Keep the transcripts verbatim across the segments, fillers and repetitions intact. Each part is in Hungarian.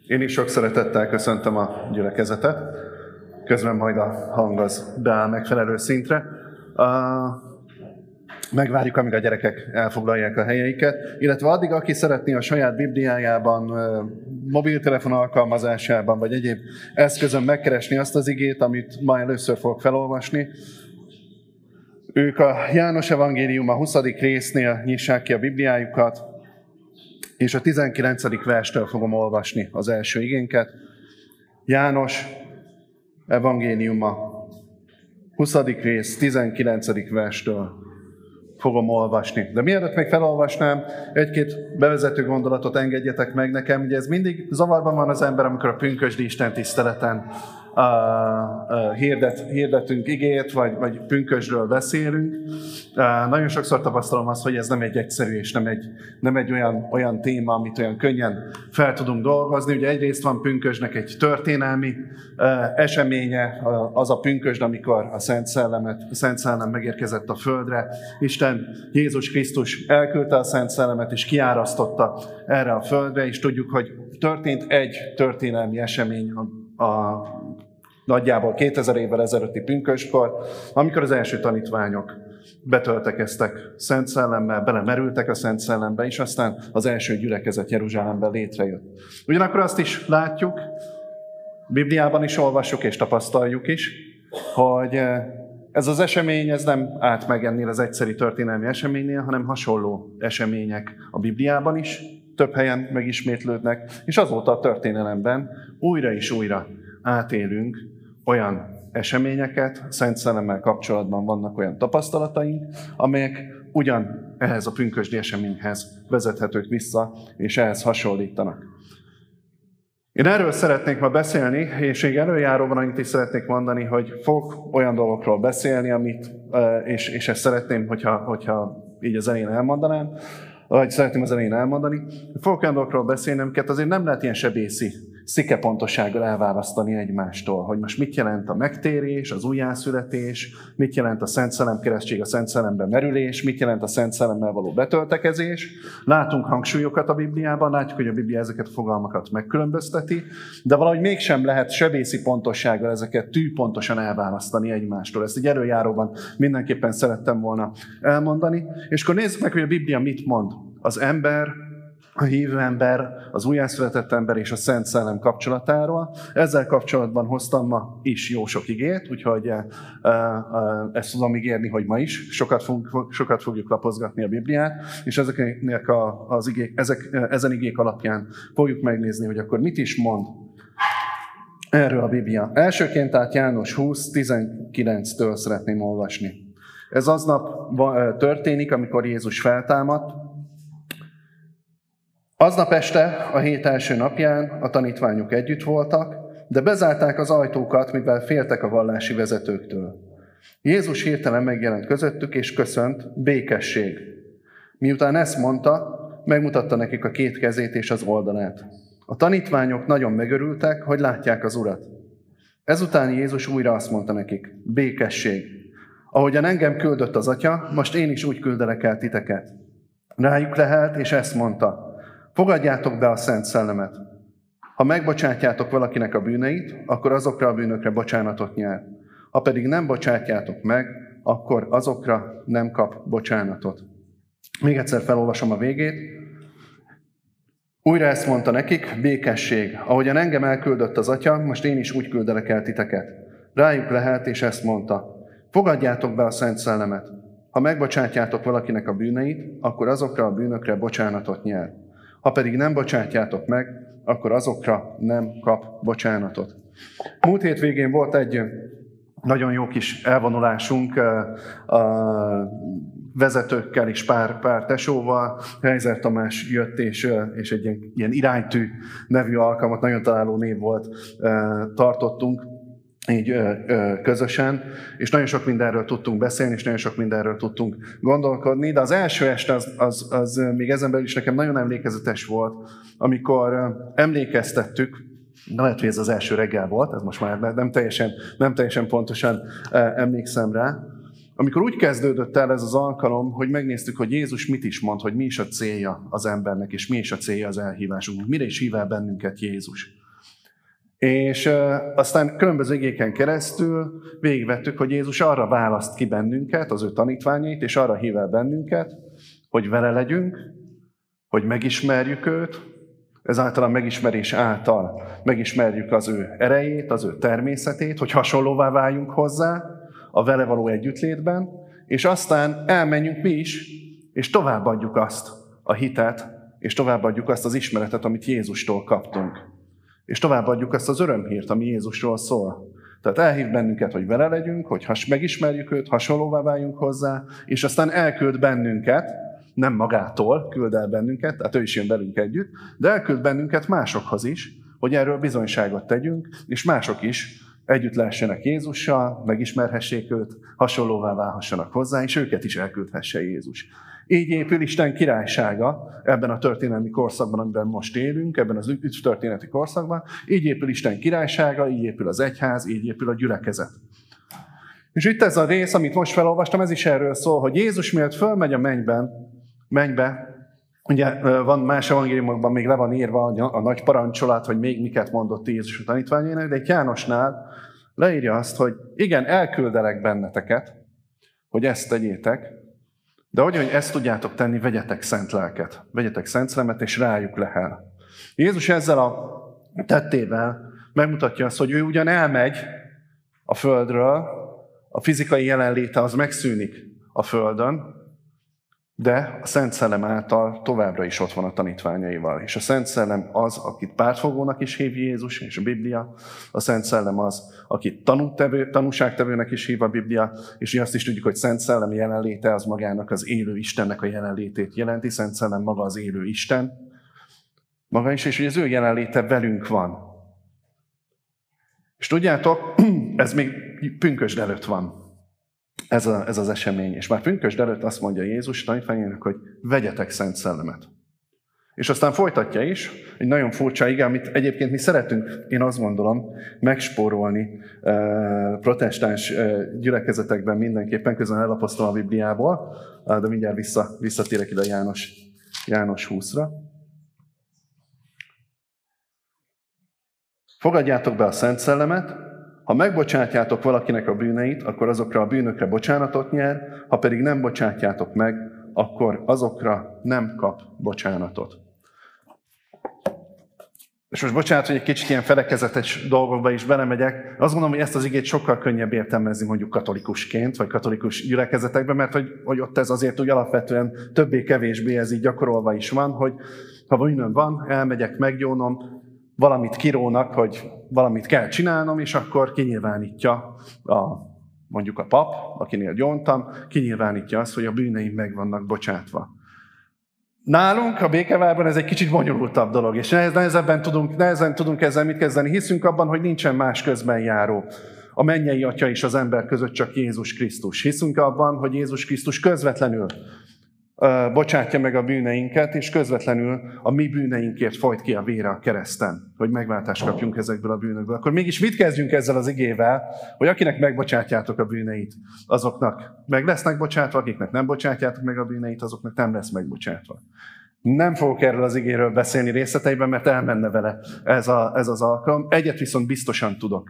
Én is sok szeretettel köszöntöm a gyülekezetet, közben majd a hang az beáll megfelelő szintre. Uh, megvárjuk, amíg a gyerekek elfoglalják a helyeiket, illetve addig, aki szeretné a saját bibliájában, uh, mobiltelefon alkalmazásában, vagy egyéb eszközön megkeresni azt az igét, amit ma először fogok felolvasni, ők a János evangélium a huszadik résznél nyissák ki a bibliájukat, és a tizenkilencedik verstől fogom olvasni az első igénket. János evangéliuma, huszadik rész, tizenkilencedik verstől fogom olvasni. De mielőtt még felolvasnám, egy-két bevezető gondolatot engedjetek meg nekem. Ugye ez mindig zavarban van az ember, amikor a pünkösdi Isten tiszteleten Uh, uh, hirdet, hirdetünk igét, vagy, vagy pünkösdről beszélünk. Uh, nagyon sokszor tapasztalom azt, hogy ez nem egy egyszerű, és nem egy, nem egy olyan, olyan téma, amit olyan könnyen fel tudunk dolgozni. Ugye egyrészt van pünkösdnek egy történelmi uh, eseménye, uh, az a pünkösd, amikor a Szent Szellemet, a Szent Szellem megérkezett a földre. Isten, Jézus Krisztus elküldte a Szent Szellemet, és kiárasztotta erre a földre, és tudjuk, hogy történt egy történelmi esemény a, a nagyjából kétezer évvel ezelőtti pünkösdkor, amikor az első tanítványok betöltekeztek Szent Szellemmel, belemerültek a Szent Szellembe, és aztán az első gyülekezet Jeruzsálemben létrejött. Ugyanakkor azt is látjuk, Bibliában is olvassuk és tapasztaljuk is, hogy ez az esemény ez nem állt meg ennél az egyszeri történelmi eseménynél, hanem hasonló események a Bibliában is, több helyen megismétlődnek, és azóta a történelemben újra és újra átélünk olyan eseményeket, Szent Szellemmel kapcsolatban vannak olyan tapasztalataink, amelyek ugyan ehhez a pünkösdi eseményhez vezethetők vissza, és ehhez hasonlítanak. Én erről szeretnék ma beszélni, és még előjáróban annyit is szeretnék mondani, hogy fogok olyan dolgokról beszélni, amit, és, és ezt szeretném, hogyha, hogyha így az elején elmondanám, vagy szeretném az elején elmondani, fogok olyan dolgokról beszélni, amiket azért nem lehet ilyen sebészi szikepontossággal elválasztani egymástól, hogy most mit jelent a megtérés, az újjászületés, mit jelent a Szent Szellem keresztség, a Szent Szellembe merülés, mit jelent a Szent Szellemmel való betöltekezés. Látunk hangsúlyokat a Bibliában, látjuk, hogy a Biblia ezeket a fogalmakat megkülönbözteti, de valahogy mégsem lehet sebészi pontossággal ezeket tűpontosan elválasztani egymástól. Ezt így előjáróban mindenképpen szerettem volna elmondani. És akkor nézzük meg, hogy a Biblia mit mond az ember, a hívő ember, az újjászületett ember és a Szent Szellem kapcsolatáról. Ezzel kapcsolatban hoztam ma is jó sok igét, úgyhogy e, e, ezt tudom ígérni, hogy ma is sokat, fog, sokat fogjuk lapozgatni a Bibliát, és ezeknek a, az igék, ezek, ezen igék alapján fogjuk megnézni, hogy akkor mit is mond erről a Biblia. Elsőként tehát János húsz tizenkilenctől szeretném olvasni. Ez aznap történik, amikor Jézus feltámadt. Aznap este, a hét első napján a tanítványok együtt voltak, de bezárták az ajtókat, mivel féltek a vallási vezetőktől. Jézus hirtelen megjelent közöttük, és köszönt, békesség. Miután ezt mondta, megmutatta nekik a két kezét és az oldalát. A tanítványok nagyon megörültek, hogy látják az Urat. Ezután Jézus újra azt mondta nekik, békesség. Ahogyan engem küldött az Atya, most én is úgy küldelek el titeket. Rájuk lehelt, és ezt mondta, fogadjátok be a Szent Szellemet. Ha megbocsátjátok valakinek a bűneit, akkor azokra a bűnökre bocsánatot nyer. Ha pedig nem bocsátjátok meg, akkor azokra nem kap bocsánatot. Még egyszer felolvasom a végét. Újra ezt mondta nekik, békesség. Ahogyan engem elküldött az Atya, most én is úgy küldelek el titeket. Rájuk lehelt, és ezt mondta. Fogadjátok be a Szent Szellemet. Ha megbocsátjátok valakinek a bűneit, akkor azokra a bűnökre bocsánatot nyer. Ha pedig nem bocsátjátok meg, akkor azokra nem kap bocsánatot. Múlt hét végén volt egy nagyon jó kis elvonulásunk a vezetőkkel és pár, pár tesóval. Heizer Tamás jött, és, és egy ilyen, ilyen iránytű nevű alkalmat, nagyon találó név volt, tartottunk így ö, ö, közösen, és nagyon sok mindenről tudtunk beszélni, és nagyon sok mindenről tudtunk gondolkodni, de az első este az, az, az még ezen belül is nekem nagyon emlékezetes volt, amikor emlékeztettük, de lehet, hogy ez az első reggel volt, ez most már nem teljesen, nem teljesen pontosan emlékszem rá, amikor úgy kezdődött el ez az alkalom, hogy megnéztük, hogy Jézus mit is mond, hogy mi is a célja az embernek, és mi is a célja az elhívásunknak, mire is hív el bennünket Jézus. És uh, aztán különböző igéken keresztül végigvettük, hogy Jézus arra választ ki bennünket, az ő tanítványait, és arra hív el bennünket, hogy vele legyünk, hogy megismerjük őt, ezáltal a megismerés által megismerjük az ő erejét, az ő természetét, hogy hasonlóvá váljunk hozzá a vele való együttlétben, és aztán elmenjünk mi is, és továbbadjuk azt a hitet, és továbbadjuk azt az ismeretet, amit Jézustól kaptunk. És továbbadjuk azt az örömhírt, ami Jézusról szól. Tehát elhív bennünket, hogy vele legyünk, hogy has, megismerjük őt, hasonlóvá váljunk hozzá, és aztán elküld bennünket, nem magától küld el bennünket, tehát ő is jön velünk együtt, de elküld bennünket másokhoz is, hogy erről bizonyságot tegyünk, és mások is együtt lehessenek Jézussal, megismerhessék őt, hasonlóvá válhassanak hozzá, és őket is elküldhesse Jézus. Így épül Isten királysága ebben a történelmi korszakban, amiben most élünk, ebben az üdvtörténeti korszakban. Így épül Isten királysága, így épül az egyház, így épül a gyülekezet. És itt ez a rész, amit most felolvastam, ez is erről szól, hogy Jézus miatt fölmegy a mennyben, mennybe, ugye van más evangéliumokban még le van írva a nagy parancsolat, hogy még miket mondott Jézus a tanítványainak, de egy Jánosnál leírja azt, hogy igen, elküldelek benneteket, hogy ezt tegyétek, de hogy, hogy ezt tudjátok tenni, vegyetek szent lelket, vegyetek szent szellemet, és rájuk lehel. Jézus ezzel a tettével megmutatja azt, hogy ő ugyan elmegy a földről, a fizikai jelenléte az megszűnik a földön, de a Szent Szellem által továbbra is ott van a tanítványaival. És a Szent Szellem az, akit pártfogónak is hív Jézus, és a Biblia. A Szent Szellem az, akit tanútevő, tanúságtevőnek is hív a Biblia, és azt is tudjuk, hogy Szent Szellem jelenléte az magának az élő Istennek a jelenlétét jelenti. Szent Szellem maga az élő Isten. Maga is, és hogy az ő jelenléte velünk van. És tudjátok, ez még pünkösd előtt van. Ez, a, ez az esemény. És már pünkösd előtt azt mondja Jézus tanítványainak, hogy vegyetek Szent Szellemet. És aztán folytatja is, egy nagyon furcsa ige, amit egyébként mi szeretünk, én azt gondolom, megspórolni eh, protestáns eh, gyülekezetekben mindenképpen, közben elapoztam a Bibliából, de mindjárt vissza, visszatérek ide János, János húszra. Fogadjátok be a Szent Szellemet, ha megbocsátjátok valakinek a bűneit, akkor azokra a bűnökre bocsánatot nyer, ha pedig nem bocsátjátok meg, akkor azokra nem kap bocsánatot. És most bocsánat, hogy egy kicsit ilyen felekezetes dolgokba is belemegyek. Azt gondolom, hogy ezt az igét sokkal könnyebb értelmezni mondjuk katolikusként, vagy katolikus gyülekezetekben, mert hogy, hogy ott ez azért úgy alapvetően többé-kevésbé ez így gyakorolva is van, hogy ha bűnöm van, elmegyek, meggyónom, valamit kirónak, hogy valamit kell csinálnom, és akkor kinyilvánítja a, mondjuk a pap, akinél gyóntam, kinyilvánítja azt, hogy a bűneim meg vannak bocsátva. Nálunk a Békevárban ez egy kicsit bonyolultabb dolog, és nehezebben tudunk, nehezen tudunk ezzel mit kezdeni. Hiszünk abban, hogy nincsen más közben járó. A mennyei Atya is az ember között csak Jézus Krisztus. Hiszünk abban, hogy Jézus Krisztus közvetlenül bocsátja meg a bűneinket, és közvetlenül a mi bűneinkért folyt ki a vére a kereszten, hogy megváltást kapjunk ezekből a bűnökből. Akkor mégis mit kezdjünk ezzel az igével, hogy akinek megbocsátjátok a bűneit, azoknak meg lesznek bocsátva, akiknek nem bocsátjátok meg a bűneit, azoknak nem lesz megbocsátva. Nem fogok erről az igéről beszélni részleteiben, mert elmenne vele ez, a, ez az alkalom. Egyet viszont biztosan tudok.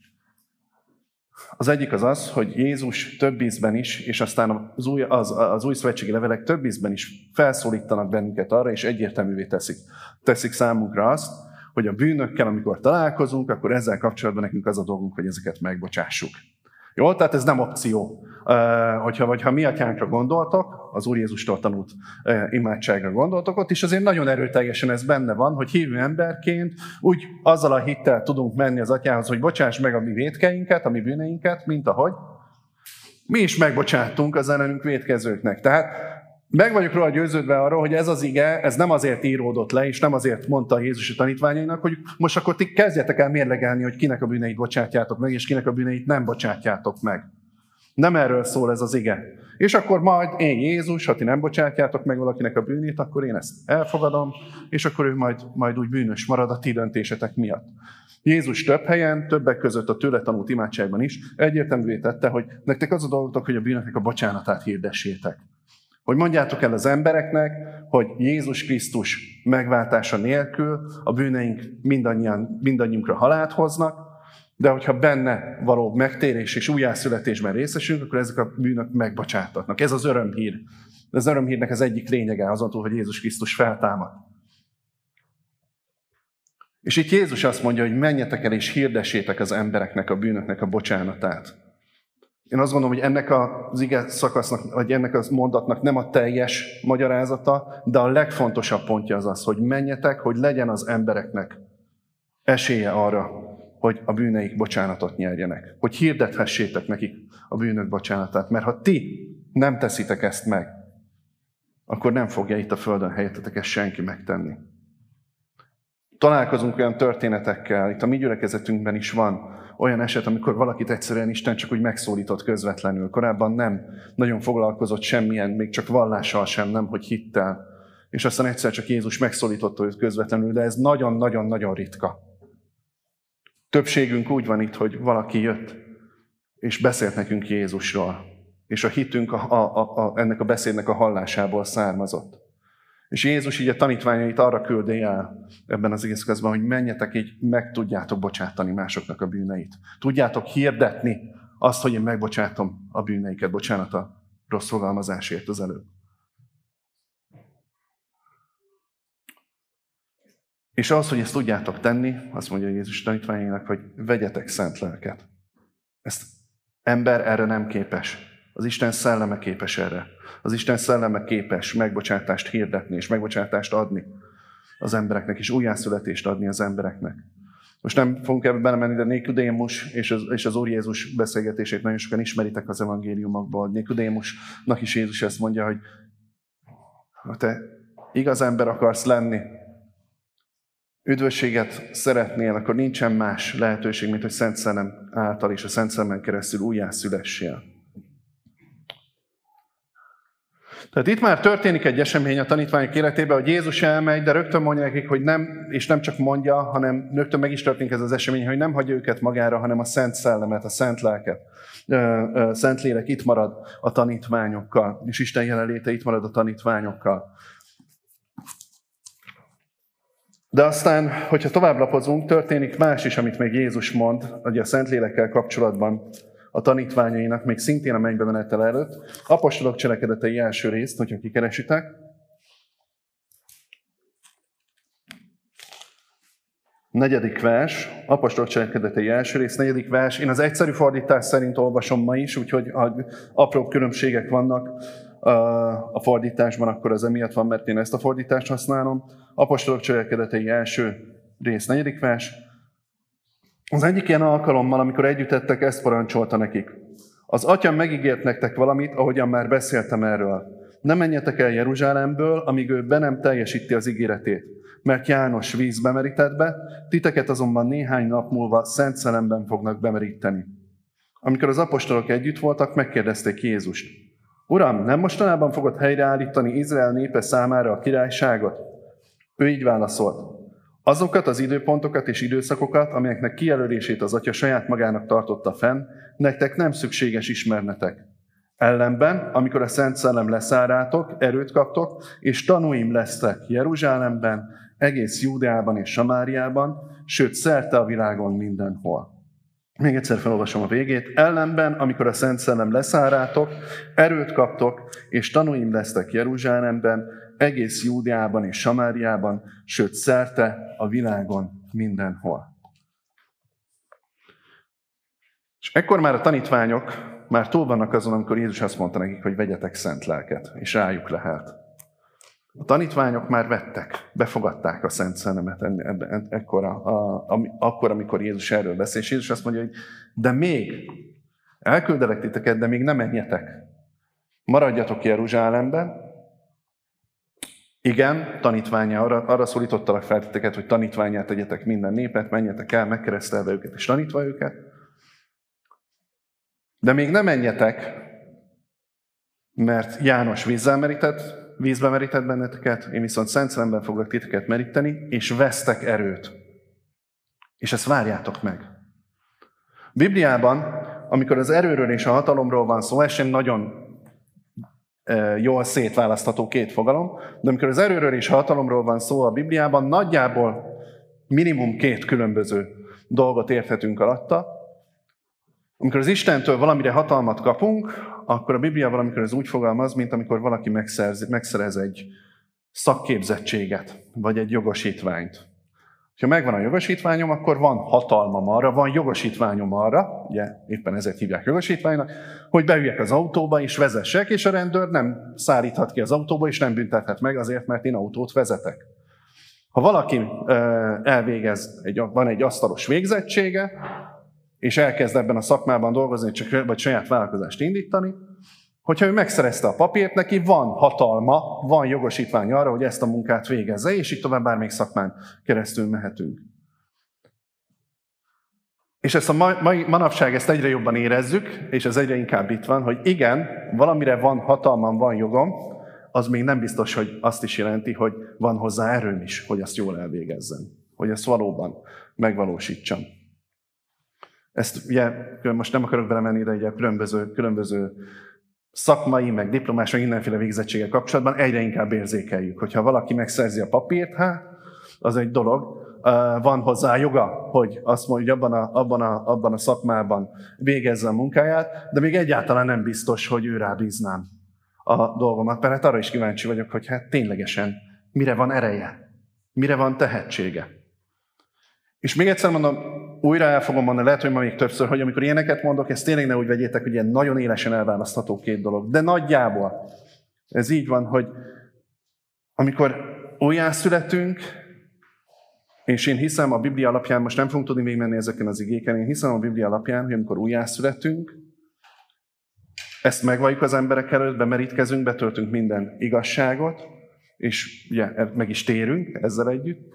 Az egyik az az, hogy Jézus több ízben is, és aztán az új, az, az új szövetségi levelek több ízben is felszólítanak bennünket arra, és egyértelművé teszik, teszik számunkra azt, hogy a bűnökkel, amikor találkozunk, akkor ezzel kapcsolatban nekünk az a dolgunk, hogy ezeket megbocsássuk. Jó? Tehát ez nem opció. Hogyha, vagy ha mi atyánkra gondoltok, az Úr Jézustól tanult imádságra gondoltok, ott is azért nagyon erőteljesen ez benne van, hogy hívő emberként úgy azzal a hittel tudunk menni az atyához, hogy bocsáss meg a mi vétkeinket, a mi bűneinket, mint ahogy mi is megbocsátunk az ellenünk vétkezőknek. Tehát meg vagyok róla győződve arról, hogy ez az ige, ez nem azért íródott le, és nem azért mondta Jézus a tanítványainak, hogy most akkor ti kezdjetek el mérlegelni, hogy kinek a bűneit bocsátjátok meg, és kinek a bűneit nem bocsátjátok meg. Nem erről szól ez az ige. És akkor majd én Jézus, ha ti nem bocsátjátok meg valakinek a bűnét, akkor én ezt elfogadom, és akkor ő majd, majd úgy bűnös marad a ti döntésetek miatt. Jézus több helyen, többek között a tőle tanult imádságban is egyértelművé tette, hogy nektek az a dolgotok, hogy a bűnöknek a bocsánatát hirdessétek. Hogy mondjátok el az embereknek, hogy Jézus Krisztus megváltása nélkül a bűneink mindannyian, mindannyiunkra halált hoznak, de hogyha benne való megtérés és újjászületésben részesünk, akkor ezek a bűnök megbocsátatnak. Ez az örömhír. Az örömhírnek az egyik lényege azon, hogy Jézus Krisztus feltámad. És itt Jézus azt mondja, hogy menjetek el és hirdessétek az embereknek a bűnöknek a bocsánatát. Én azt gondolom, hogy ennek az ige szakasznak, vagy ennek a mondatnak nem a teljes magyarázata, de a legfontosabb pontja az az, hogy menjetek, hogy legyen az embereknek esélye arra, hogy a bűneik bocsánatot nyerjenek. Hogy hirdethessétek nekik a bűnök bocsánatát. Mert ha ti nem teszitek ezt meg, akkor nem fogja itt a földön helyettetek ezt senki megtenni. Találkozunk olyan történetekkel, itt a mi gyülekezetünkben is van olyan eset, amikor valakit egyszerűen Isten csak úgy megszólított közvetlenül. Korábban nem nagyon foglalkozott semmilyen, még csak vallással sem, nem, hogy hittel. És aztán egyszer csak Jézus megszólította őt közvetlenül, de ez nagyon-nagyon-nagyon ritka. Többségünk úgy van itt, hogy valaki jött, és beszélt nekünk Jézusról. És a hitünk a, a, a, ennek a beszédnek a hallásából származott. És Jézus így a tanítványait arra küldi el ebben az igazságban, hogy menjetek, így meg tudjátok bocsátani másoknak a bűneit. Tudjátok hirdetni azt, hogy én megbocsátom a bűneiket. Bocsánat a rossz fogalmazásért az előbb. És ahhoz, hogy ezt tudjátok tenni, azt mondja Jézus tanítványainak, hogy vegyetek szent lelket. Ezt ember erre nem képes. Az Isten szelleme képes erre. Az Isten szelleme képes megbocsátást hirdetni és megbocsátást adni az embereknek, és újjászületést adni az embereknek. Most nem fogunk ebbe belemenni, de Nikodémus és az, és az Úr Jézus beszélgetését nagyon sokan ismeritek az evangéliumokból. Nikodémusnak is Jézus ezt mondja, hogy ha te igaz ember akarsz lenni, üdvösséget szeretnél, akkor nincsen más lehetőség, mint hogy Szent Szellem által és a Szent Szellemen keresztül újjászülessél. Tehát itt már történik egy esemény a tanítványok életében, hogy Jézus elmegy, de rögtön mondja nekik, hogy nem, és nem csak mondja, hanem rögtön meg is történik ez az esemény, hogy nem hagyja őket magára, hanem a Szent Szellemet, a Szent Lelket. Szent Lélek itt marad a tanítványokkal, és Isten jelenléte itt marad a tanítványokkal. De aztán, hogyha tovább lapozunk, történik más is, amit még Jézus mond, hogy a Szentlélekkel kapcsolatban a tanítványainak, még szintén a mennybe menetel előtt. Apostolok cselekedetei első részt, hogyha kikeresitek. Negyedik vers, Apostolok cselekedetei első rész, negyedik vers. Én az egyszerű fordítás szerint olvasom ma is, úgyhogy apró különbségek vannak a fordításban, akkor az emiatt van, mert én ezt a fordítást használom. Apostolok cselekedetei első rész, negyedik vers. Az egyik ilyen alkalommal, amikor együtt ettek, ezt parancsolta nekik. Az Atyám megígért nektek valamit, ahogyan már beszéltem erről. Ne menjetek el Jeruzsálemből, amíg ő be nem teljesíti az ígéretét. Mert János vízbe merített be, titeket azonban néhány nap múlva Szent Szellemben fognak bemeríteni. Amikor az apostolok együtt voltak, megkérdezték Jézust. Uram, nem mostanában fogod helyreállítani Izrael népe számára a királyságot? Ő így válaszolt. Azokat az időpontokat és időszakokat, amelyeknek kijelölését az Atya saját magának tartotta fenn, nektek nem szükséges ismernetek. Ellenben, amikor a Szent Szellem leszáll rátok, erőt kaptok, és tanúim lesztek Jeruzsálemben, egész Júdeában és Samáriában, sőt szerte a világon mindenhol. Még egyszer felolvasom a végét. Ellenben, amikor a Szent Szellem leszáll rátok, erőt kaptok, és tanúim lesztek Jeruzsálemben, egész Júdeában és Samáriában, sőt szerte a világon mindenhol. És ekkor már a tanítványok már túl vannak azon, amikor Jézus azt mondta nekik, hogy vegyetek szent lelket, és rájuk lehet. A tanítványok már vettek, befogadták a Szent Szellemet ekkor, a, a, a, akkor, amikor Jézus erről beszél. És Jézus azt mondja, hogy de még elküldelek titeket, de még nem menjetek. Maradjatok Jeruzsálemben. Igen, tanítványá, arra, arra szólítottalak fel titeket, hogy tanítványát tegyetek minden népet, menjetek el, megkeresztelve őket és tanítva őket. De még ne menjetek, mert János vízzel merített, vízbe merített benneteket, én viszont Szent Szellemben foglak titeket meríteni, és vesztek erőt. És ezt várjátok meg. A Bibliában, amikor az erőről és a hatalomról van szó, ez sem nagyon e, jól szétválasztható két fogalom, de amikor az erőről és a hatalomról van szó a Bibliában, nagyjából minimum két különböző dolgot érthetünk alatta. Amikor az Istentől valamire hatalmat kapunk, akkor a Biblia valamikor ez úgy fogalmaz, mint amikor valaki megszerz, megszerez egy szakképzettséget, vagy egy jogosítványt. Ha megvan a jogosítványom, akkor van hatalmam arra, van jogosítványom arra, ugye éppen ezért hívják jogosítványnak, hogy beüljek az autóba és vezessek, és a rendőr nem szállíthat ki az autóba, és nem büntethet meg azért, mert én autót vezetek. Ha valaki elvégez, egy, van egy asztalos végzettsége, és elkezd ebben a szakmában dolgozni, csak, vagy saját vállalkozást indítani, hogyha ő megszerezte a papírt, neki van hatalma, van jogosítvány arra, hogy ezt a munkát végezze, és így tovább bármelyik szakmán keresztül mehetünk. És ezt a mai, manapság ezt egyre jobban érezzük, és ez egyre inkább itt van, hogy igen, valamire van hatalmam, van jogom, az még nem biztos, hogy azt is jelenti, hogy van hozzá erőm is, hogy azt jól elvégezzem, hogy ezt valóban megvalósítsam. Ezt ugye, most nem akarok belemenni, de ugye különböző, különböző szakmai, meg diplomás, meg mindenféle végzettséggel kapcsolatban egyre inkább érzékeljük. Hogyha valaki megszerzi a papírt, hát az egy dolog, van hozzá joga, hogy azt mondja, hogy abban a, abban, a, abban a szakmában végezze a munkáját, de még egyáltalán nem biztos, hogy ő rábíznám a dolgomat, mert hát arra is kíváncsi vagyok, hogy hát ténylegesen mire van ereje, mire van tehetsége. És még egyszer mondom, újra el fogom mondani, lehet, hogy ma még többször, hogy amikor ilyeneket mondok, ezt tényleg ne úgy vegyétek, hogy ilyen nagyon élesen elválasztható két dolog. De nagyjából ez így van, hogy amikor újjászületünk, és én hiszem a Biblia alapján, most nem fogunk tudni végigmenni ezeken az igéken, én hiszem a Biblia alapján, hogy amikor újjászületünk, ezt megvalljuk az emberek előtt, bemerítkezünk, betöltünk minden igazságot, és ugye meg is térünk ezzel együtt,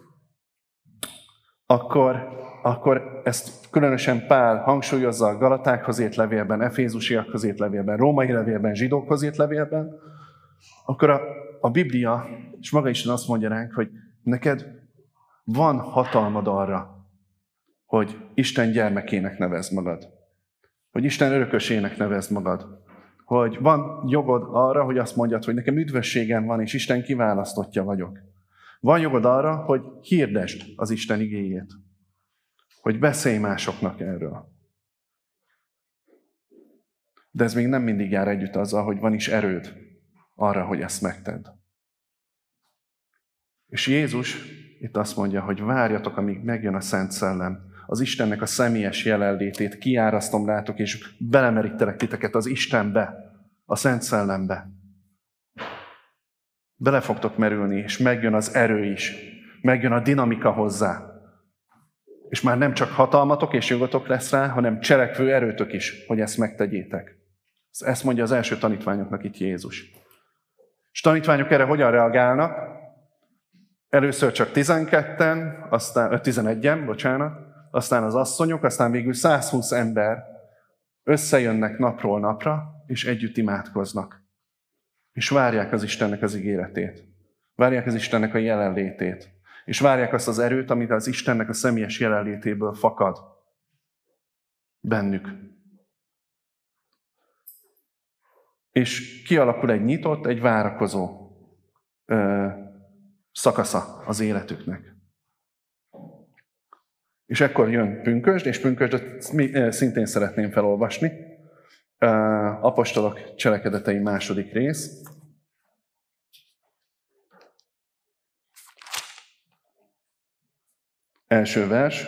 akkor, akkor ezt különösen Pál hangsúlyozza a Galatákhoz írt levélben, Efézusiakhoz írt levélben, Római levélben, Zsidókhoz írt levélben, akkor a, a Biblia, és maga Isten azt mondja ránk, hogy neked van hatalmad arra, hogy Isten gyermekének nevezd magad, hogy Isten örökösének nevezd magad, hogy van jogod arra, hogy azt mondjad, hogy nekem üdvösségem van, és Isten kiválasztottja vagyok. Van jogod arra, hogy hirdesd az Isten igéjét, hogy beszélj másoknak erről. De ez még nem mindig jár együtt azzal, hogy van is erőd arra, hogy ezt megtedd. És Jézus itt azt mondja, hogy várjatok, amíg megjön a Szent Szellem, az Istennek a személyes jelenlétét kiárasztom rátok, és belemerítelek titeket az Istenbe, a Szent Szellembe. Bele fogtok merülni, és megjön az erő is, megjön a dinamika hozzá. És már nem csak hatalmatok és jogotok lesz rá, hanem cselekvő erőtök is, hogy ezt megtegyétek. Ezt mondja az első tanítványoknak itt Jézus. És tanítványok erre hogyan reagálnak? Először csak tizenketten, aztán tizenegyen, bocsánat, aztán az asszonyok, aztán végül százhúsz ember összejönnek napról napra, és együtt imádkoznak. És várják az Istennek az ígéretét. Várják az Istennek a jelenlétét. És várják azt az erőt, amit az Istennek a személyes jelenlétéből fakad bennük. És kialakul egy nyitott, egy várakozó ö, szakasza az életüknek. És ekkor jön pünkösd, és pünkösdöt szintén szeretném felolvasni. Apostolok cselekedetei második rész. Első vers.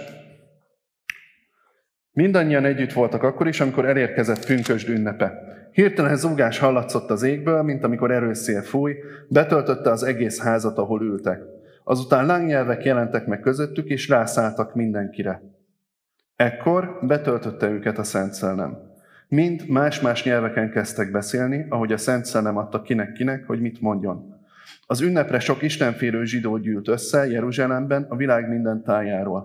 Mindannyian együtt voltak akkor is, amikor elérkezett pünkösd ünnepe. Hirtelen zúgás hallatszott az égből, mint amikor erőszél fúj, betöltötte az egész házat, ahol ültek. Azután lángnyelvek jelentek meg közöttük, és rászálltak mindenkire. Ekkor betöltötte őket a Szent Szellem. Mind más-más nyelveken kezdtek beszélni, ahogy a Szent Szellem adta kinek-kinek, hogy mit mondjon. Az ünnepre sok istenfélő zsidó gyűlt össze Jeruzsálemben a világ minden tájáról.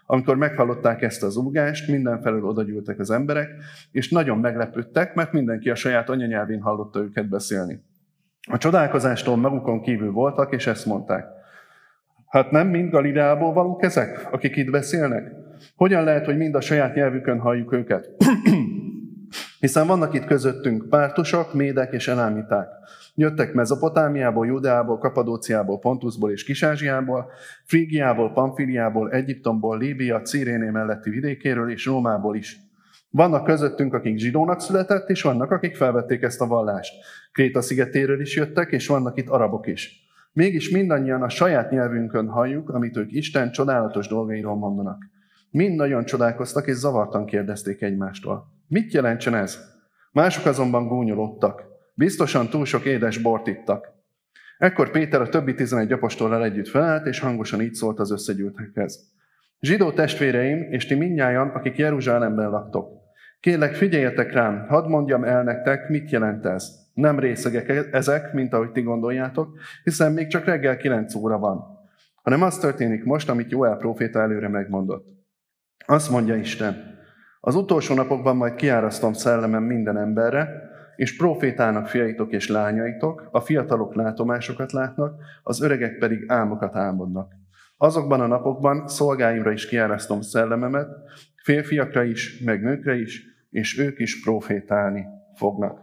Amikor meghallották ezt az zúgást, mindenfelől odagyűltek az emberek, és nagyon meglepődtek, mert mindenki a saját anyanyelvén hallotta őket beszélni. A csodálkozástól magukon kívül voltak, és ezt mondták. Hát nem mind Galileából valók ezek, akik itt beszélnek? Hogyan lehet, hogy mind a saját nyelvükön halljuk őket? Hiszen vannak itt közöttünk pártusok, médek és elámiták. Jöttek Mezopotámiából, Judeából, Kapadóciából, Pontusból és Kis-Ázsiából, Frígiából, Pamfiliából, Egyiptomból, Líbia, Ciréné melletti vidékéről és Rómából is. Vannak közöttünk, akik zsidónak született, és vannak, akik felvették ezt a vallást. Kréta szigetéről is jöttek, és vannak itt arabok is. Mégis mindannyian a saját nyelvünkön halljuk, amit ők Isten csodálatos dolgairól mondanak. Mind nagyon csodálkoztak, és zavartan kérdezték egymástól. Mit jelentsen ez? Mások azonban gúnyolódtak. Biztosan túl sok édes bort ittak. Ekkor Péter a többi tizenegy apostollal együtt felállt, és hangosan így szólt az összegyűltekhez. Zsidó testvéreim, és ti mindnyájan, akik Jeruzsálemben laktok. Kérlek, figyeljetek rám, hadd mondjam el nektek, mit jelent ez. Nem részegek ezek, mint ahogy ti gondoljátok, hiszen még csak reggel kilenc óra van. Hanem az történik most, amit Jóel próféta előre megmondott. Azt mondja Isten, az utolsó napokban majd kiárasztom szellemem minden emberre, és prófétának fiaitok és lányaitok, a fiatalok látomásokat látnak, az öregek pedig álmokat álmodnak. Azokban a napokban szolgáimra is kiárasztom szellememet, férfiakra is, meg nőkre is, és ők is prófétálni fognak.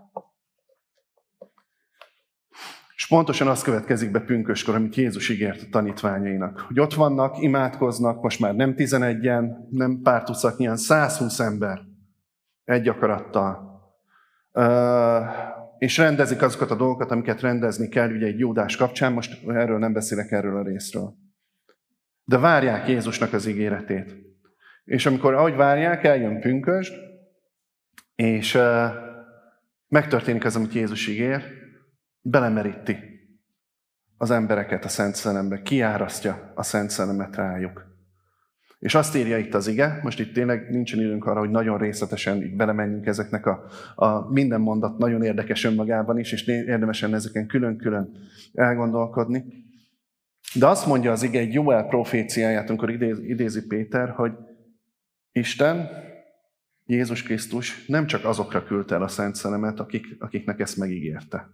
És pontosan az következik be pünköskor, amit Jézus ígért a tanítványainak. Hogy ott vannak, imádkoznak, most már nem tizenegyen, nem pár tucatnyian, százhúsz ember egy akarattal. Uh, és rendezik azokat a dolgokat, amiket rendezni kell, ugye egy Júdás kapcsán, most erről nem beszélek, erről a részről. De várják Jézusnak az ígéretét. És amikor ahogy várják, eljön pünkösd, és uh, megtörténik az, amit Jézus ígér, belemeríti az embereket a Szent Szellembe, kiárasztja a Szent Szellemet rájuk. És azt írja itt az ige, most itt tényleg nincsen időnk arra, hogy nagyon részletesen így belemenjünk ezeknek a, a minden mondat nagyon érdekes önmagában is, és érdemesen ezeken külön-külön elgondolkodni. De azt mondja az ige egy Jóel proféciáját, amikor idéz, idézi Péter, hogy Isten, Jézus Krisztus nem csak azokra küldte el a Szent Szellemet, akik, akiknek ezt megígérte.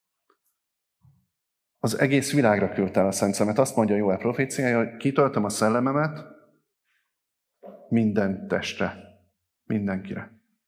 Az egész világra küldte el a Szent Szellemet. Azt mondja Jóel proféciája, hogy kitöltöm a szellememet minden testre, mindenkire.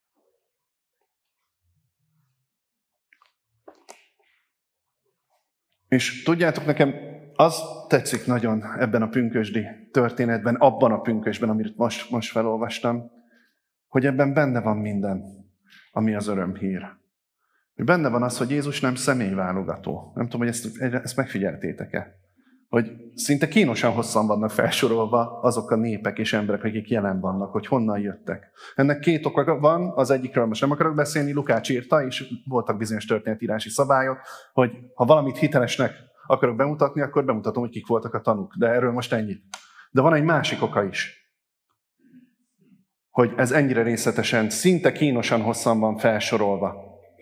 És tudjátok, nekem az tetszik nagyon ebben a pünkösdi történetben, abban a pünkösben, amit most, most felolvastam, hogy ebben benne van minden, ami az örömhír. Hogy benne van az, hogy Jézus nem személyválogató. Nem tudom, hogy ezt, ezt megfigyeltétek-e. Hogy szinte kínosan hosszan vannak felsorolva azok a népek és emberek, akik jelen vannak, hogy honnan jöttek. Ennek két oka van, az egyikről most nem akarok beszélni, Lukács írta, és voltak bizonyos történetírási szabályok, hogy ha valamit hitelesnek akarok bemutatni, akkor bemutatom, hogy kik voltak a tanúk. De erről most ennyit. De van egy másik oka is, hogy ez ennyire részletesen, szinte kínosan hosszan van felsorolva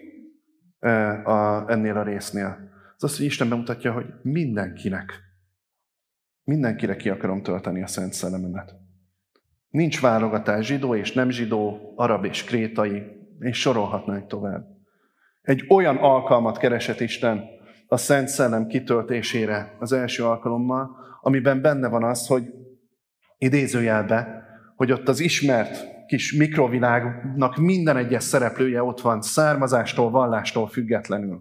a, ennél a résznél. Az az, hogy Isten bemutatja, hogy mindenkinek, mindenkire ki akarom tölteni a Szent Szellememet. Nincs válogatás, zsidó és nem zsidó, arab és krétai, és sorolhatnánk tovább. Egy olyan alkalmat keresett Isten a Szent Szellem kitöltésére az első alkalommal, amiben benne van az, hogy idézőjelbe, hogy ott az ismert kis mikrovilágnak minden egyes szereplője ott van, származástól, vallástól függetlenül.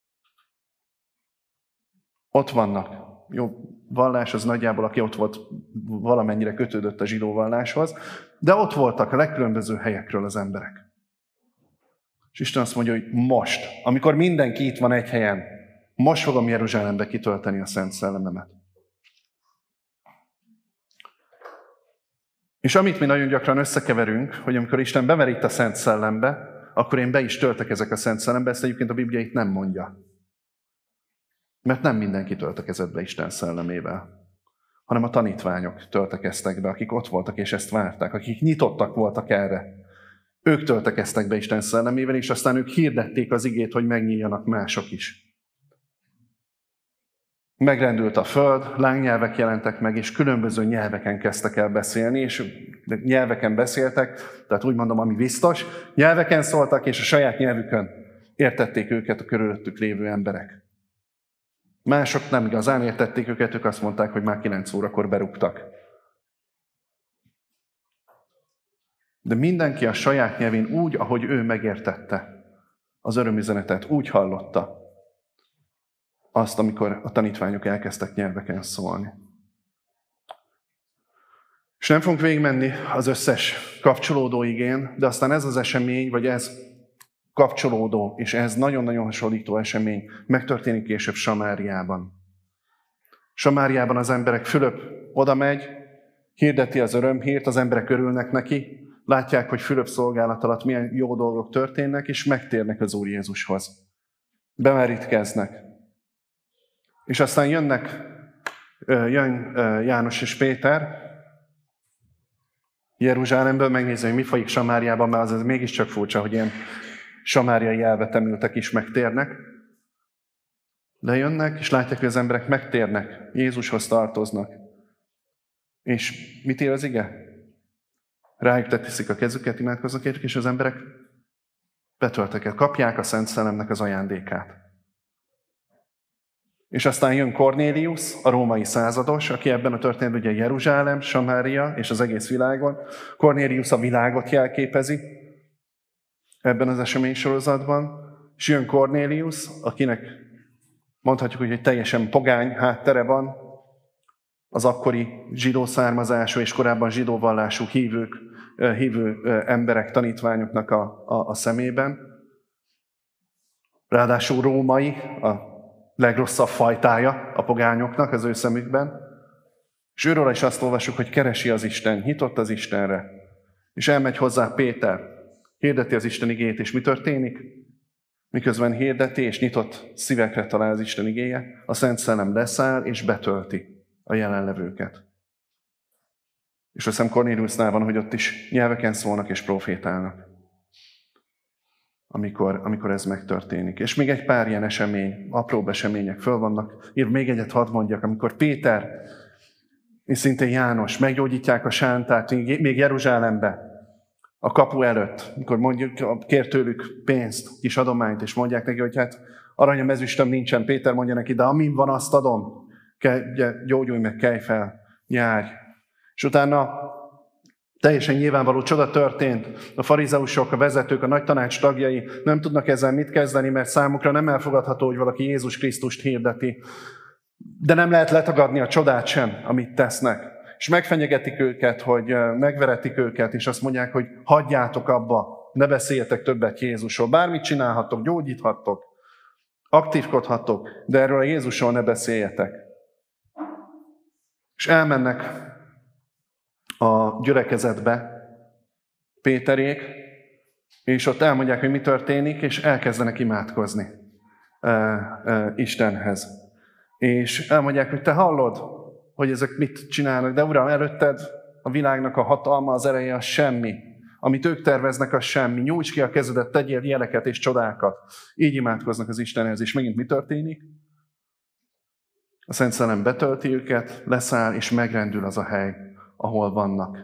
Ott vannak. Jó, vallás az nagyjából, aki ott volt, valamennyire kötődött a zsidó valláshoz, de ott voltak a legkülönböző helyekről az emberek. És Isten azt mondja, hogy most, amikor mindenki itt van egy helyen, most fogom Jeruzsálembe kitölteni a Szent Szellememet. És amit mi nagyon gyakran összekeverünk, hogy amikor Isten bemerít a Szent Szellembe, akkor én be is töltek ezek a Szent Szellembe, ezt egyébként a Biblia itt nem mondja. Mert nem mindenki töltekezett be Isten szellemével, hanem a tanítványok töltekeztek be, akik ott voltak és ezt várták, akik nyitottak voltak erre. Ők töltekeztek be Isten szellemével, és aztán ők hirdették az igét, hogy megnyíljanak mások is. Megrendült a föld, lángnyelvek jelentek meg, és különböző nyelveken kezdtek el beszélni, és nyelveken beszéltek, tehát úgy mondom, ami biztos, nyelveken szóltak, és a saját nyelvükön értették őket a körülöttük lévő emberek. Mások nem igazán értették őket, ők azt mondták, hogy már kilenc órakor berúgtak. De mindenki a saját nyelvén úgy, ahogy ő megértette az örömüzenetet, úgy hallotta azt, amikor a tanítványok elkezdtek nyelveken szólni. És nem fogunk végigmenni az összes kapcsolódó igén, de aztán ez az esemény, vagy ez kapcsolódó, és ez nagyon-nagyon hasonlító esemény megtörténik később Samáriában. Samáriában az emberek, Fülöp oda megy, hirdeti az örömhírt, az emberek örülnek neki, látják, hogy Fülöp szolgálat alatt milyen jó dolgok történnek, és megtérnek az Úr Jézushoz. Bemerítkeznek. És aztán jönnek, jön János és Péter Jeruzsálemből, megnézni, hogy mi folyik Samáriában, mert az, az mégiscsak furcsa, hogy ilyen samáriai elvetemültek is megtérnek. De jönnek, és látják, hogy az emberek megtérnek, Jézushoz tartoznak. És mit ír az ige? Rájuk teszik a kezüket, imádkoznak értük, és az emberek betöltek el, kapják a Szent Szellemnek az ajándékát. És aztán jön Kornélius, a római százados, aki ebben a történetben ugye Jeruzsálem, Samária és az egész világon. Kornélius a világot jelképezi ebben az eseménysorozatban, és jön Kornélius, akinek mondhatjuk, hogy egy teljesen pogány háttere van, az akkori zsidó származású és korábban zsidó vallású hívők, hívő emberek, tanítványoknak a, a, a szemében. Ráadásul római, a legrosszabb fajtája a pogányoknak az ő szemükben. És őről is azt olvasjuk, hogy keresi az Isten, nyitott az Istenre. És elmegy hozzá Péter, hirdeti az Isten igéjét, és mi történik? Miközben hirdeti és nyitott szívekre talál az Isten igéje, a Szent Szellem leszáll és betölti a jelenlevőket. És azt hiszem Kornéliusnál van, hogy ott is nyelveken szólnak és profétálnak, amikor, amikor ez megtörténik. És még egy pár ilyen esemény, apróbb események föl vannak. Ír még egyet hadd mondjak, amikor Péter és szintén János meggyógyítják a sántát még Jeruzsálembe, a kapu előtt, amikor mondjuk, kér tőlük pénzt, kis adományt, és mondják neki, hogy hát aranyam, ezüstöm nincsen. Péter mondja neki, de amin van, azt adom. Gyógyulj meg, kelj fel, járj. És utána teljesen nyilvánvaló csoda történt. A farizeusok, a vezetők, a nagy tanács tagjai nem tudnak ezzel mit kezdeni, mert számukra nem elfogadható, hogy valaki Jézus Krisztust hirdeti. De nem lehet letagadni a csodát sem, amit tesznek. És megfenyegetik őket, hogy megveretik őket, és azt mondják, hogy hagyjátok abba, ne beszéljetek többet Jézusról. Bármit csinálhattok, gyógyíthattok, aktívkodhattok, de erről a Jézusról ne beszéljetek. És elmennek a gyülekezetbe Péterék, és ott elmondják, hogy mi történik, és elkezdenek imádkozni uh, uh, Istenhez. És elmondják, hogy te hallod, hogy ezek mit csinálnak, de Uram, előtted a világnak a hatalma, az ereje, az semmi. Amit ők terveznek, az semmi. Nyújts ki a kezedet, tegyél jeleket és csodákat. Így imádkoznak az Istenhez, és megint mi történik? A Szent Szellem betölti őket, leszáll, és megrendül az a hely, ahol vannak.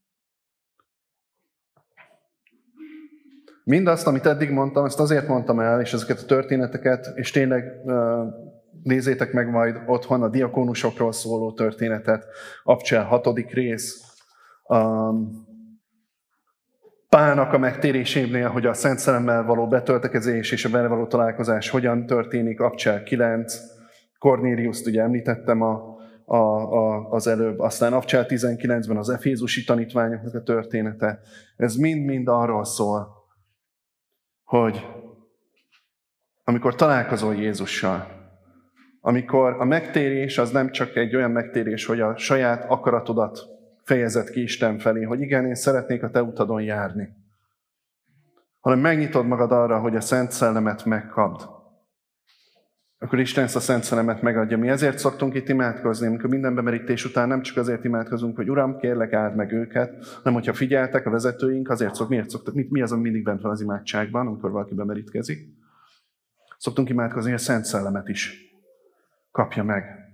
Mindazt, amit eddig mondtam, ezt azért mondtam el, és ezeket a történeteket, és tényleg uh, nézzétek meg majd otthon a diakónusokról szóló történetet, Abcsel hatodik rész, um, Pálnak a megtérésénél, hogy a Szent Szellemmel való betöltekezés és a vele való találkozás hogyan történik, Abcsel kilenc, Kornéliuszt ugye említettem a, a, a, az előbb, aztán Abcsel tizenkilencben az efézusi tanítványoknak a története. Ez mind-mind arról szól, hogy amikor találkozol Jézussal, amikor a megtérés az nem csak egy olyan megtérés, hogy a saját akaratodat fejezed ki Isten felé, hogy igen, én szeretnék a te utadon járni, hanem megnyitod magad arra, hogy a Szent Szellemet megkapd, akkor Isten ezt a Szent Szellemet megadja. Mi ezért szoktunk itt imádkozni, amikor minden bemerítés után nem csak azért imádkozunk, hogy Uram, kérlek, áld meg őket, hanem hogyha figyeltek a vezetőink, azért szok, miért szoktak, mi, mi az, ami mindig bent van az imádságban, amikor valaki bemerítkezik. Szoktunk imádkozni, hogy a Szent Szellemet is kapja meg.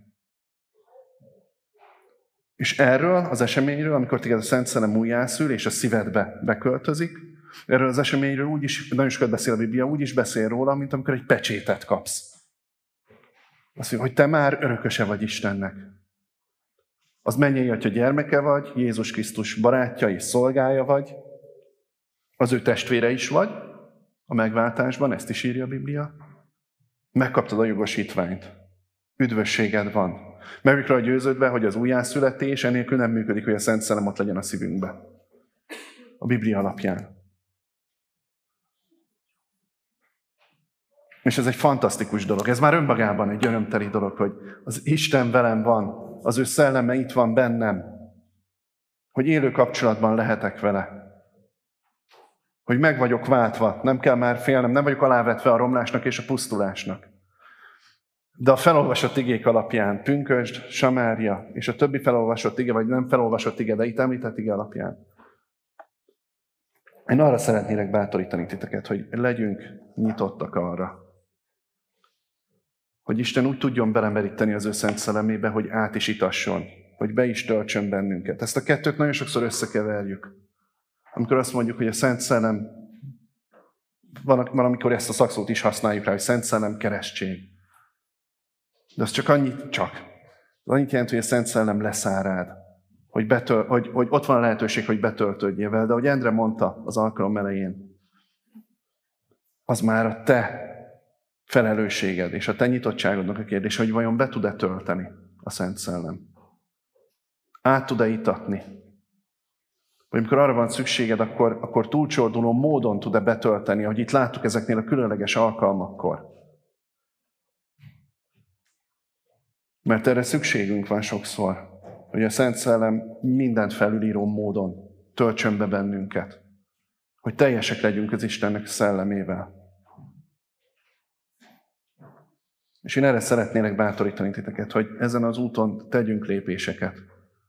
És erről az eseményről, amikor téged a Szent Szellem újjászül, és a szívedbe beköltözik, erről az eseményről úgy is, nagyon sokat beszél a Biblia, úgy is beszél róla, mint amikor egy pecsétet kapsz. Azt mondja, hogy te már örököse vagy Istennek. Az mennyei Atya gyermeke vagy, Jézus Krisztus barátja és szolgája vagy, az ő testvére is vagy, a megváltásban, ezt is írja a Biblia. Megkaptad a jogosítványt. Üdvösséged van. Meg vagyok rá győződve, hogy az újjászületés enélkül nem működik, hogy a Szent Szellem ott legyen a szívünkbe. A Biblia alapján. És ez egy fantasztikus dolog. Ez már önmagában egy örömteli dolog, hogy az Isten velem van, az ő szelleme itt van bennem, hogy élő kapcsolatban lehetek vele. Hogy meg vagyok váltva, nem kell már félnem, nem vagyok alávetve a romlásnak és a pusztulásnak. De a felolvasott igék alapján, Pünkösd, Samária és a többi felolvasott ige, vagy nem felolvasott ige, de itt említett ige alapján. Én arra szeretnélek bátorítani titeket, hogy legyünk nyitottak arra, hogy Isten úgy tudjon belemeríteni az ő szent szellemébe, hogy át is itasson, hogy be is töltsön bennünket. Ezt a kettőt nagyon sokszor összekeverjük. Amikor azt mondjuk, hogy a Szent Szellem, van, van amikor ezt a szakszót is használjuk rá, hogy Szent Szellem keresztség. De az csak annyit, csak. Az annyit jelent, hogy a Szent Szellem leszáll rád, hogy, betöl, hogy, hogy ott van a lehetőség, hogy betöltődjél vele. De ahogy Endre mondta az alkalom elején, az már a te felelősséged és a te nyitottságodnak a kérdés, hogy vajon be tud-e tölteni a Szent Szellem. Át tud-e itatni. Vagy amikor arra van szükséged, akkor, akkor túlcsorduló módon tud-e betölteni, ahogy itt láttuk ezeknél a különleges alkalmakkor. Mert erre szükségünk van sokszor, hogy a Szent Szellem mindent felülíró módon töltsön be bennünket. Hogy teljesek legyünk az Istennek szellemével. És én erre szeretnélek bátorítani titeket, hogy ezen az úton tegyünk lépéseket.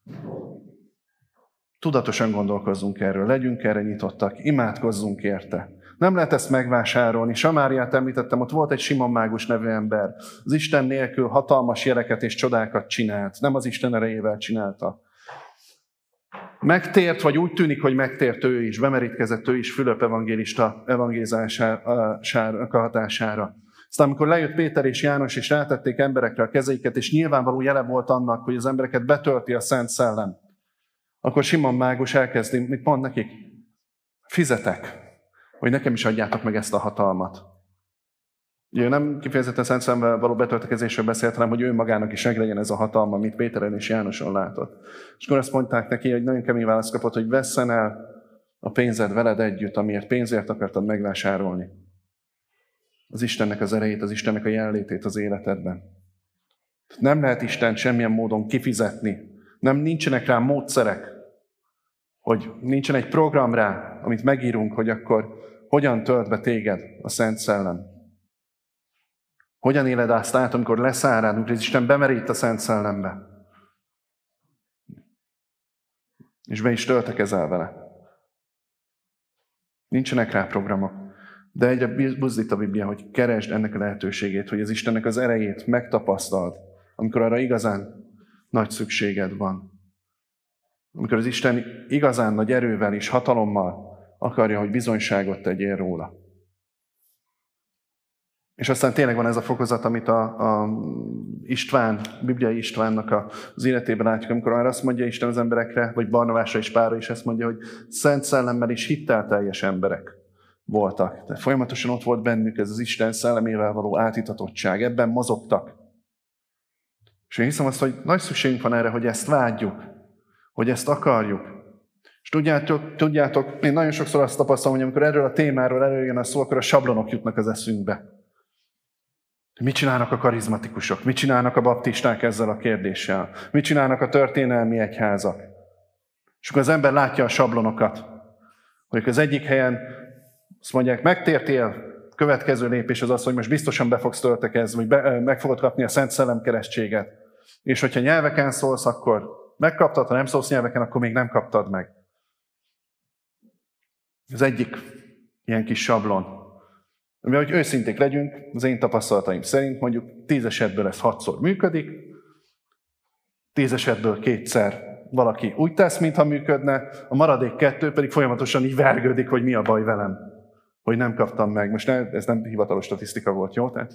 Tudatosan gondolkozzunk erről, legyünk erre nyitottak, imádkozzunk érte. Nem lehet ezt megvásárolni. Samáriát említettem, ott volt egy Simon mágus nevű ember. Az Isten nélkül hatalmas jeleket és csodákat csinált. Nem az Isten erejével csinálta. Megtért, vagy úgy tűnik, hogy megtért ő is, bemerítkezett ő is Fülöp evangélista evangélizásának a hatására. Aztán amikor lejött Péter és János, és rátették emberekre a kezeiket, és nyilvánvaló jele volt annak, hogy az embereket betölti a Szent Szellem, akkor Simon mágus elkezdi, mit mond nekik? Fizetek, hogy nekem is adjátok meg ezt a hatalmat. Ugye nem kifejezetten Szent Szellemmel való betöltekezésről beszélt, hanem hogy ő magának is meglegyen ez a hatalma, amit Péteren és Jánoson látott. És akkor azt mondták neki, hogy nagyon kemény választ kapott, hogy vesszen el a pénzed veled együtt, amiért pénzért akartad megvásárolni. Az Istennek az erejét, az Istennek a jelenlétét az életedben. Nem lehet Istent semmilyen módon kifizetni. Nem nincsenek rá módszerek, hogy nincsen egy program rá, amit megírunk, hogy akkor hogyan tölt be téged a Szent Szellem. Hogyan éled azt át, amikor leszáll rád, amikor az Isten bemerít a Szent Szellembe. És be is töltekezel vele. Nincsenek rá programok. De egyre buzdít a Biblia, hogy keresd ennek a lehetőségét, hogy az Istennek az erejét megtapasztald, amikor arra igazán nagy szükséged van. Amikor az Isten igazán nagy erővel és hatalommal akarja, hogy bizonyságot tegyél róla. És aztán tényleg van ez a fokozat, amit a, a István, bibliai Istvánnak az életében látjuk, amikor arra azt mondja Isten az emberekre, vagy Barnabásra és Pálra is ezt mondja, hogy Szent Szellemmel és hittelteljes emberek voltak. Tehát folyamatosan ott volt bennük ez az Isten szellemével való átitatottság. Ebben mozogtak. És én hiszem azt, hogy nagy szükségünk van erre, hogy ezt vágyjuk, hogy ezt akarjuk. És tudjátok, tudjátok, én nagyon sokszor azt tapasztalom, hogy amikor erről a témáról előjön a szó, akkor a sablonok jutnak az eszünkbe. Mit csinálnak a karizmatikusok? Mit csinálnak a baptisták ezzel a kérdéssel? Mit csinálnak a történelmi egyházak? És akkor az ember látja a sablonokat, hogy az egyik helyen azt mondják, megtértél, következő lépés az az, hogy most biztosan be fogsz töltekezni, vagy be, meg fogod kapni a Szent Szellem keresztséget. És hogyha nyelveken szólsz, akkor megkaptad, ha nem szólsz nyelveken, akkor még nem kaptad meg. Az egyik ilyen kis sablon. Ami, hogy őszinték legyünk, az én tapasztalataim szerint mondjuk tíz esetből ez hatszor működik, tíz esetből kétszer valaki úgy tesz, mintha működne, a maradék kettő pedig folyamatosan így vergődik, hogy mi a baj velem, hogy nem kaptam meg. Most ne, ez nem hivatalos statisztika volt, jó? Tehát...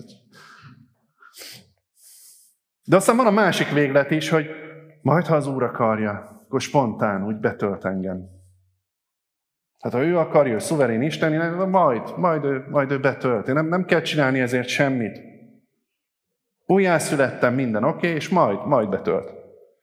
De aztán van a másik véglet is, hogy majd, ha az Úr akarja, akkor spontán úgy betölt engem. Hát ha ő akarja, ő szuverén Isten, majd, majd, ő, majd ő betölt. Én nem, nem kell csinálni ezért semmit. Újjászülettem, minden oké, okay, és majd, majd betölt.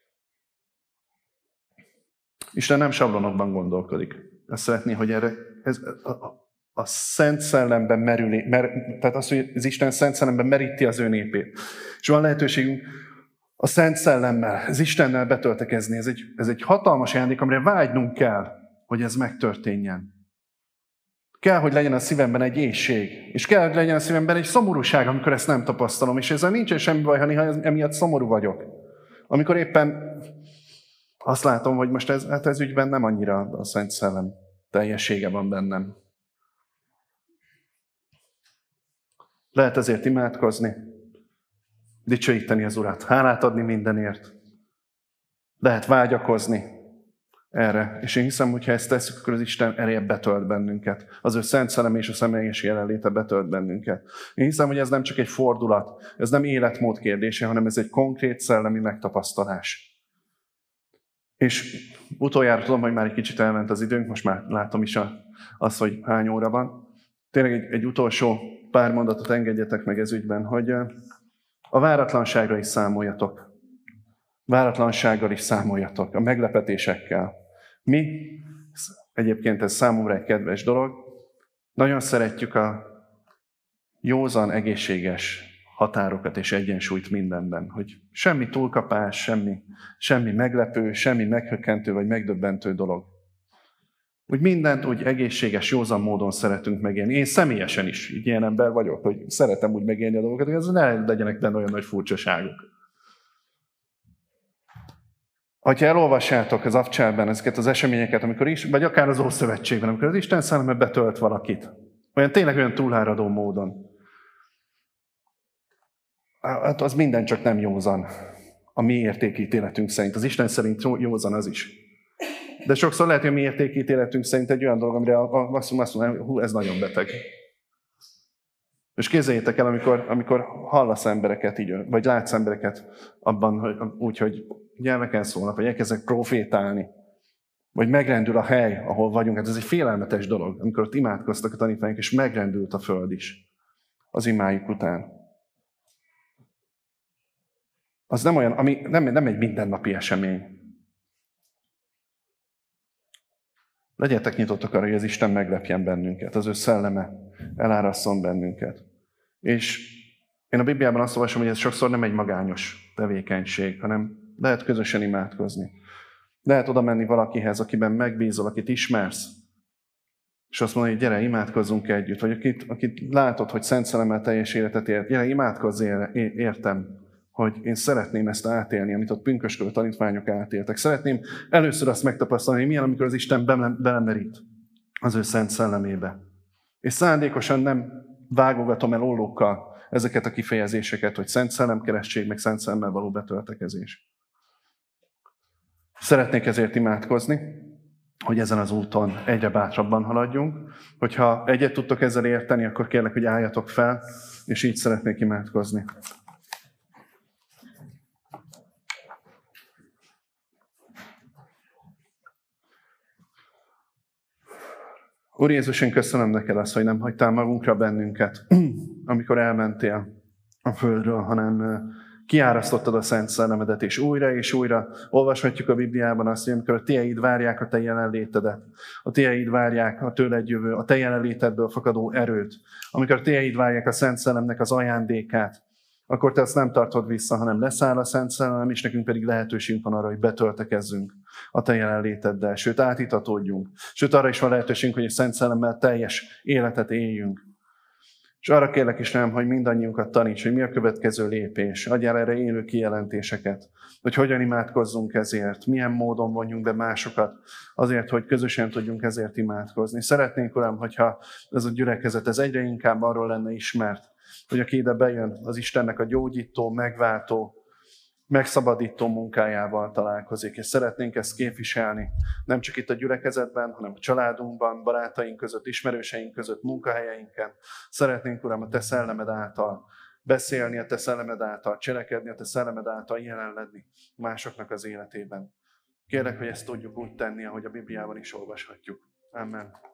Isten nem sablonokban gondolkodik. Azt szeretné, hogy erre, ez, a, a, a Szent Szellemben merül, mer, tehát az, hogy az Isten Szent Szellemben meríti az ő népét. És van lehetőségünk a Szent Szellemmel, az Istennel betöltekezni. Ez egy, ez egy hatalmas ajándék, amire vágynunk kell, hogy ez megtörténjen. Kell, hogy legyen a szívemben egy éhség, és kell, hogy legyen a szívemben egy szomorúság, amikor ezt nem tapasztalom, és ezzel nincsen semmi baj, ha néha emiatt szomorú vagyok. Amikor éppen azt látom, hogy most ez, hát ez ügyben nem annyira a Szent Szellem teljessége van bennem. Lehet ezért imádkozni, dicsőíteni az Urat, hálát adni mindenért. Lehet vágyakozni erre. És én hiszem, hogy ha ezt tesszük, akkor az Isten erébb betölt bennünket. Az ő Szent Szellem és a személyes jelenléte betölt bennünket. Én hiszem, hogy ez nem csak egy fordulat, ez nem életmód kérdése, hanem ez egy konkrét szellemi megtapasztalás. És utoljára tudom, hogy már egy kicsit elment az időnk, most már látom is a, az, hogy hány óra van. Tényleg egy, egy utolsó pár mondatot engedjetek meg ez ügyben, hogy a váratlanságra is számoljatok. Váratlansággal is számoljatok, a meglepetésekkel. Mi, egyébként ez számomra egy kedves dolog, nagyon szeretjük a józan, egészséges határokat és egyensúlyt mindenben, hogy semmi túlkapás, semmi, semmi meglepő, semmi meghökkentő vagy megdöbbentő dolog. Úgy mindent úgy egészséges, józan módon szeretünk megélni. Én személyesen is így ilyen ember vagyok, hogy szeretem úgy megélni a dolgokat, hogy ez ne legyenek benne olyan nagy furcsaságok. Ha elolvassátok az Avcsárban ezeket az eseményeket, amikor is, vagy akár az Ószövetségben, amikor az Isten szelleme betölt valakit, olyan tényleg olyan túláradó módon, hát az minden csak nem józan a mi értékítéletünk szerint. Az Isten szerint józan az is. De sokszor lehet, hogy a mi értékítéletünk szerint egy olyan dolog, amire azt mondom, hogy hú, ez nagyon beteg. És képzeljétek el, amikor, amikor hallasz embereket, így, vagy látsz embereket abban, hogy, úgy, hogy nyelveken szólnak, vagy elkezdek profétálni, vagy megrendül a hely, ahol vagyunk. Hát ez egy félelmetes dolog, amikor ott imádkoztak a tanítványok, és megrendült a föld is az imájuk után. Az nem olyan, ami nem, nem egy mindennapi esemény. Legyetek nyitottak arra, hogy az Isten meglepjen bennünket, az ő szelleme elárasszon bennünket. És én a Bibliában azt olvasom, hogy ez sokszor nem egy magányos tevékenység, hanem lehet közösen imádkozni. Lehet oda menni valakihez, akiben megbízol, akit ismersz, és azt mondani, hogy gyere, imádkozzunk együtt. Vagy akit, akit látod, hogy Szent Szellemmel teljes életet élt, gyere, imádkozz értem, hogy én szeretném ezt átélni, amit ott pünkösködő tanítványok átéltek. Szeretném először azt megtapasztalni, hogy milyen, amikor az Isten belemerít az ő Szent Szellemébe. És szándékosan nem vágogatom el ollókkal ezeket a kifejezéseket, hogy Szent Szellemkeresztség, meg Szent Szellemmel való betöltekezés. Szeretnék ezért imádkozni, hogy ezen az úton egyre bátrabban haladjunk. Hogyha egyet tudtok ezzel érteni, akkor kérlek, hogy álljatok fel, és így szeretnék imádkozni. Úr Jézus, én köszönöm neked azt, hogy nem hagytál magunkra bennünket, amikor elmentél a földről, hanem kiárasztottad a Szent Szellemedet, és újra és újra olvashatjuk a Bibliában azt, hogy amikor a tieid várják a te jelenlétedet, a tieid várják a tőled jövő, a te jelenlétedből fakadó erőt, amikor a tieid várják a Szent Szellemnek az ajándékát, akkor te azt nem tartod vissza, hanem leszáll a Szent Szellem, és nekünk pedig lehetőségünk van arra, hogy betöltekezzünk a te jelenléteddel, sőt átítatódjunk. Sőt arra is van lehetőségünk, hogy a Szent Szellemmel teljes életet éljünk. És arra kérlek is nem, hogy mindannyiunkat taníts, hogy mi a következő lépés. Adjál erre élő kijelentéseket, hogy hogyan imádkozzunk ezért, milyen módon vonjunk be másokat, azért, hogy közösen tudjunk ezért imádkozni. Szeretnénk, Uram, hogyha ez a gyülekezet ez egyre inkább arról lenne ismert, hogy aki ide bejön, az Istennek a gyógyító, megváltó, megszabadító munkájával találkozik, és szeretnénk ezt képviselni, nem csak itt a gyülekezetben, hanem a családunkban, barátaink között, ismerőseink között, munkahelyeinken. Szeretnénk, Uram, a Te szellemed által beszélni, a Te szellemed által cselekedni, a Te szellemed által jelen lenni másoknak az életében. Kérlek, hogy ezt tudjuk úgy tenni, ahogy a Bibliában is olvashatjuk. Amen.